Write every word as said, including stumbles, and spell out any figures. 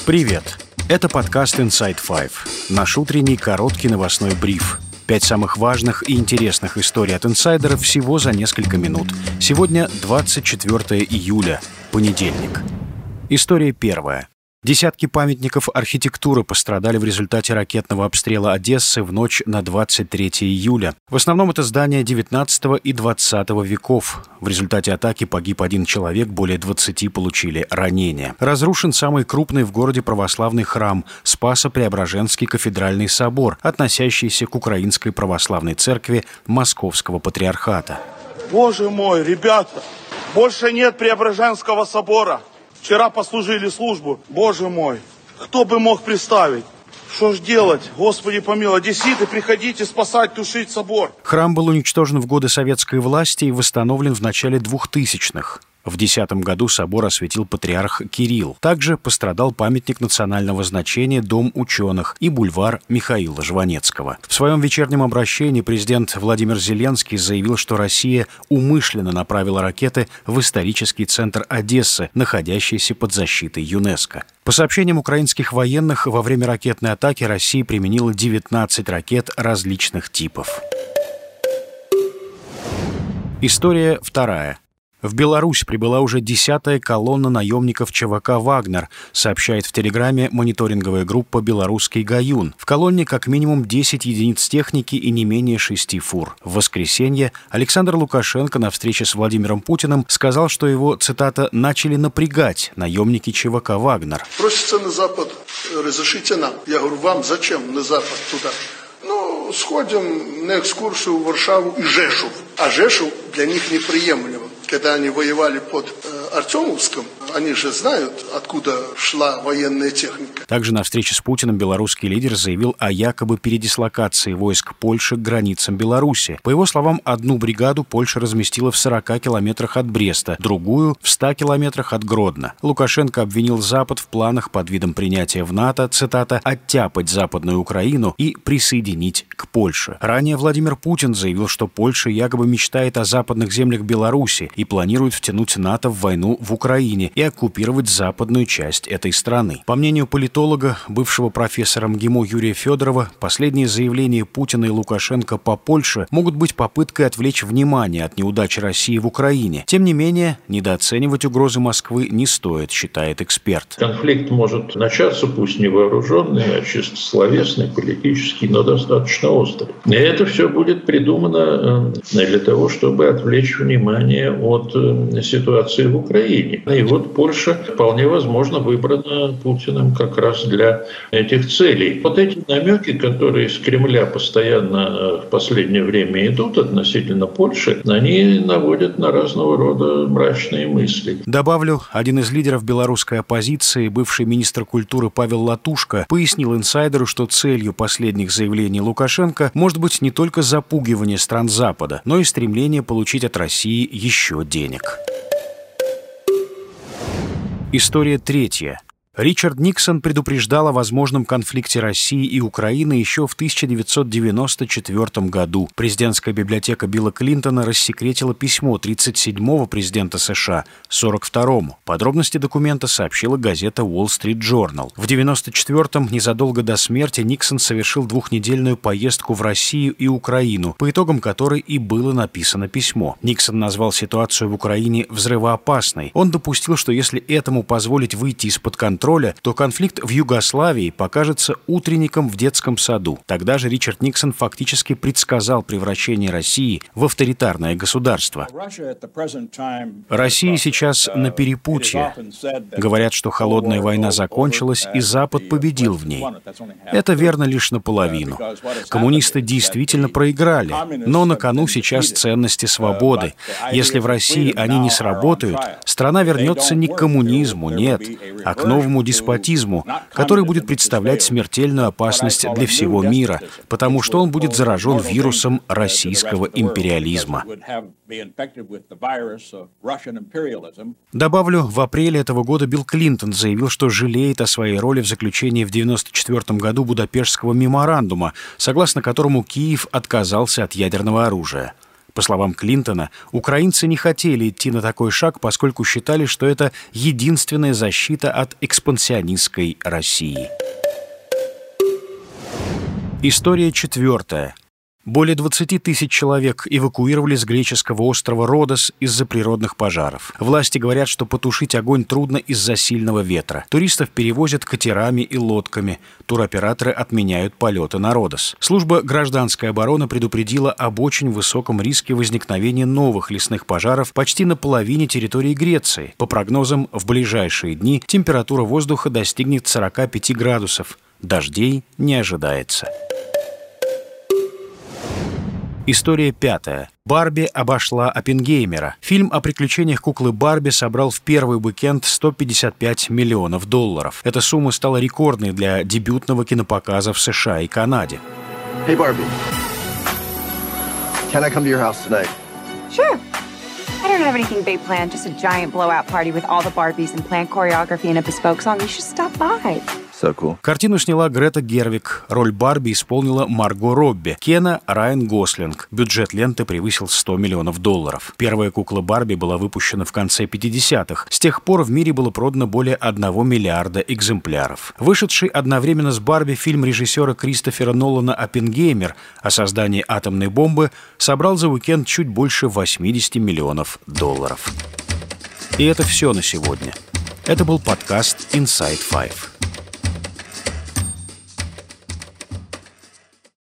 Привет! Это подкаст Inside Five. Наш утренний короткий новостной бриф. Пять самых важных и интересных историй от инсайдеров всего за несколько минут. Сегодня двадцать четвёртое июля, понедельник. История первая. Десятки памятников архитектуры пострадали в результате ракетного обстрела Одессы в ночь на двадцать третье июля. В основном это здания девятнадцатого и двадцатого веков. В результате атаки погиб один человек, более двадцати получили ранения. Разрушен самый крупный в городе православный храм – Спасо-Преображенский кафедральный собор, относящийся к Украинской православной церкви Московского патриархата. Боже мой, ребята, больше нет Преображенского собора. Вчера послужили службу. Боже мой, кто бы мог представить? Что ж делать? Господи помилуй, одесситы, приходите спасать, тушить собор. Храм был уничтожен в годы советской власти и восстановлен в начале двухтысячных. В десятом году собор осветил патриарх Кирилл. Также пострадал памятник национального значения Дом ученых и бульвар Михаила Жванецкого. В своем вечернем обращении президент Владимир Зеленский заявил, что Россия умышленно направила ракеты в исторический центр Одессы, находящийся под защитой ЮНЕСКО. По сообщениям украинских военных, во время ракетной атаки Россия применила девятнадцать ракет различных типов. История вторая. В Беларусь прибыла уже десятая колонна наемников ЧВК «Вагнер», сообщает в Телеграме мониторинговая группа «Белорусский Гаюн». В колонне как минимум десять единиц техники и не менее шести фур. В воскресенье Александр Лукашенко на встрече с Владимиром Путиным сказал, что его, цитата, «начали напрягать наемники ЧВК «Вагнер». «Просится на Запад, разрешите нам». Я говорю, вам зачем на Запад туда? Ну, сходим на экскурсию в Варшаву и Жешув. А Жешув для них неприемлемо. Когда они воевали под э, Артемовском, они же знают, откуда шла военная техника. Также на встрече с Путиным белорусский лидер заявил о якобы передислокации войск Польши к границам Беларуси. По его словам, одну бригаду Польша разместила в сорока километрах от Бреста, другую — в ста километрах от Гродно. Лукашенко обвинил Запад в планах под видом принятия в НАТО, цитата, «оттяпать Западную Украину и присоединить к Польше». Ранее Владимир Путин заявил, что Польша якобы мечтает о западных землях Беларуси и планирует втянуть НАТО в войну в Украине и оккупировать западную часть этой страны. По мнению политолога, бывшего профессора МГИМО Юрия Федорова, последние заявления Путина и Лукашенко по Польше могут быть попыткой отвлечь внимание от неудачи России в Украине. Тем не менее, недооценивать угрозы Москвы не стоит, считает эксперт. Конфликт может начаться, пусть не вооруженный, а чисто словесный, политический, но достаточно острый. И это все будет придумано для того, чтобы отвлечь внимание от ситуации в Украине. И вот Польша вполне возможно выбрана Путиным как раз для этих целей. Вот эти намеки, которые из Кремля постоянно в последнее время идут относительно Польши, они наводят на разного рода мрачные мысли. Добавлю, один из лидеров белорусской оппозиции, бывший министр культуры Павел Латушко, пояснил инсайдеру, что целью последних заявлений Лукашенко может быть не только запугивание стран Запада, но и стремление получить от России еще денег. История третья. Ричард Никсон предупреждал о возможном конфликте России и Украины еще в тысяча девятьсот девяносто четвёртом году. Президентская библиотека Билла Клинтона рассекретила письмо тридцать седьмого президента США сорок второму. Подробности документа сообщила газета Wall Street Journal. В девяносто четвёртом, незадолго до смерти, Никсон совершил двухнедельную поездку в Россию и Украину, по итогам которой и было написано письмо. Никсон назвал ситуацию в Украине взрывоопасной. Он допустил, что если этому позволить выйти из-под контроля, то конфликт в Югославии покажется утренником в детском саду. Тогда же Ричард Никсон фактически предсказал превращение России в авторитарное государство. Россия сейчас на перепутье. Говорят, что холодная война закончилась, и Запад победил в ней. Это верно лишь наполовину. Коммунисты действительно проиграли, но на кону сейчас ценности свободы. Если в России они не сработают, страна вернется не к коммунизму, нет, а к новому деспотизму, который будет представлять смертельную опасность для всего мира, потому что он будет заражен вирусом российского империализма. Добавлю, в апреле этого года Билл Клинтон заявил, что жалеет о своей роли в заключении в девяносто четвёртом году Будапештского меморандума, согласно которому Киев отказался от ядерного оружия. По словам Клинтона, украинцы не хотели идти на такой шаг, поскольку считали, что это единственная защита от экспансионистской России. История четвертая. Более двадцати тысяч человек эвакуировали с греческого острова Родос из-за природных пожаров. Власти говорят, что потушить огонь трудно из-за сильного ветра. Туристов перевозят катерами и лодками. Туроператоры отменяют полеты на Родос. Служба гражданской обороны предупредила об очень высоком риске возникновения новых лесных пожаров почти на половине территории Греции. По прогнозам, в ближайшие дни температура воздуха достигнет сорока пяти градусов. Дождей не ожидается. История пятая. Барби обошла Оппенгеймера. Фильм о приключениях куклы Барби собрал в первый уикенд сто пятьдесят пять миллионов долларов. Эта сумма стала рекордной для дебютного кинопоказа в США и Канаде. Hey, Barbie. Can I come to your house tonight? Sure. I don't have anything big planned, just a giant blowout party with all the Barbies and planned choreography and a bespoke song. You should stop by. So cool. Картину сняла Грета Гервиг. Роль Барби исполнила Марго Робби. Кена — Райан Гослинг. Бюджет ленты превысил сто миллионов долларов. Первая кукла Барби была выпущена в конце пятидесятых. С тех пор в мире было продано более одного миллиарда экземпляров. Вышедший одновременно с Барби фильм режиссера Кристофера Нолана «Оппенгеймер» о создании атомной бомбы собрал за уикенд чуть больше восьмидесяти миллионов долларов. И это все на сегодня. Это был подкаст Inside Five.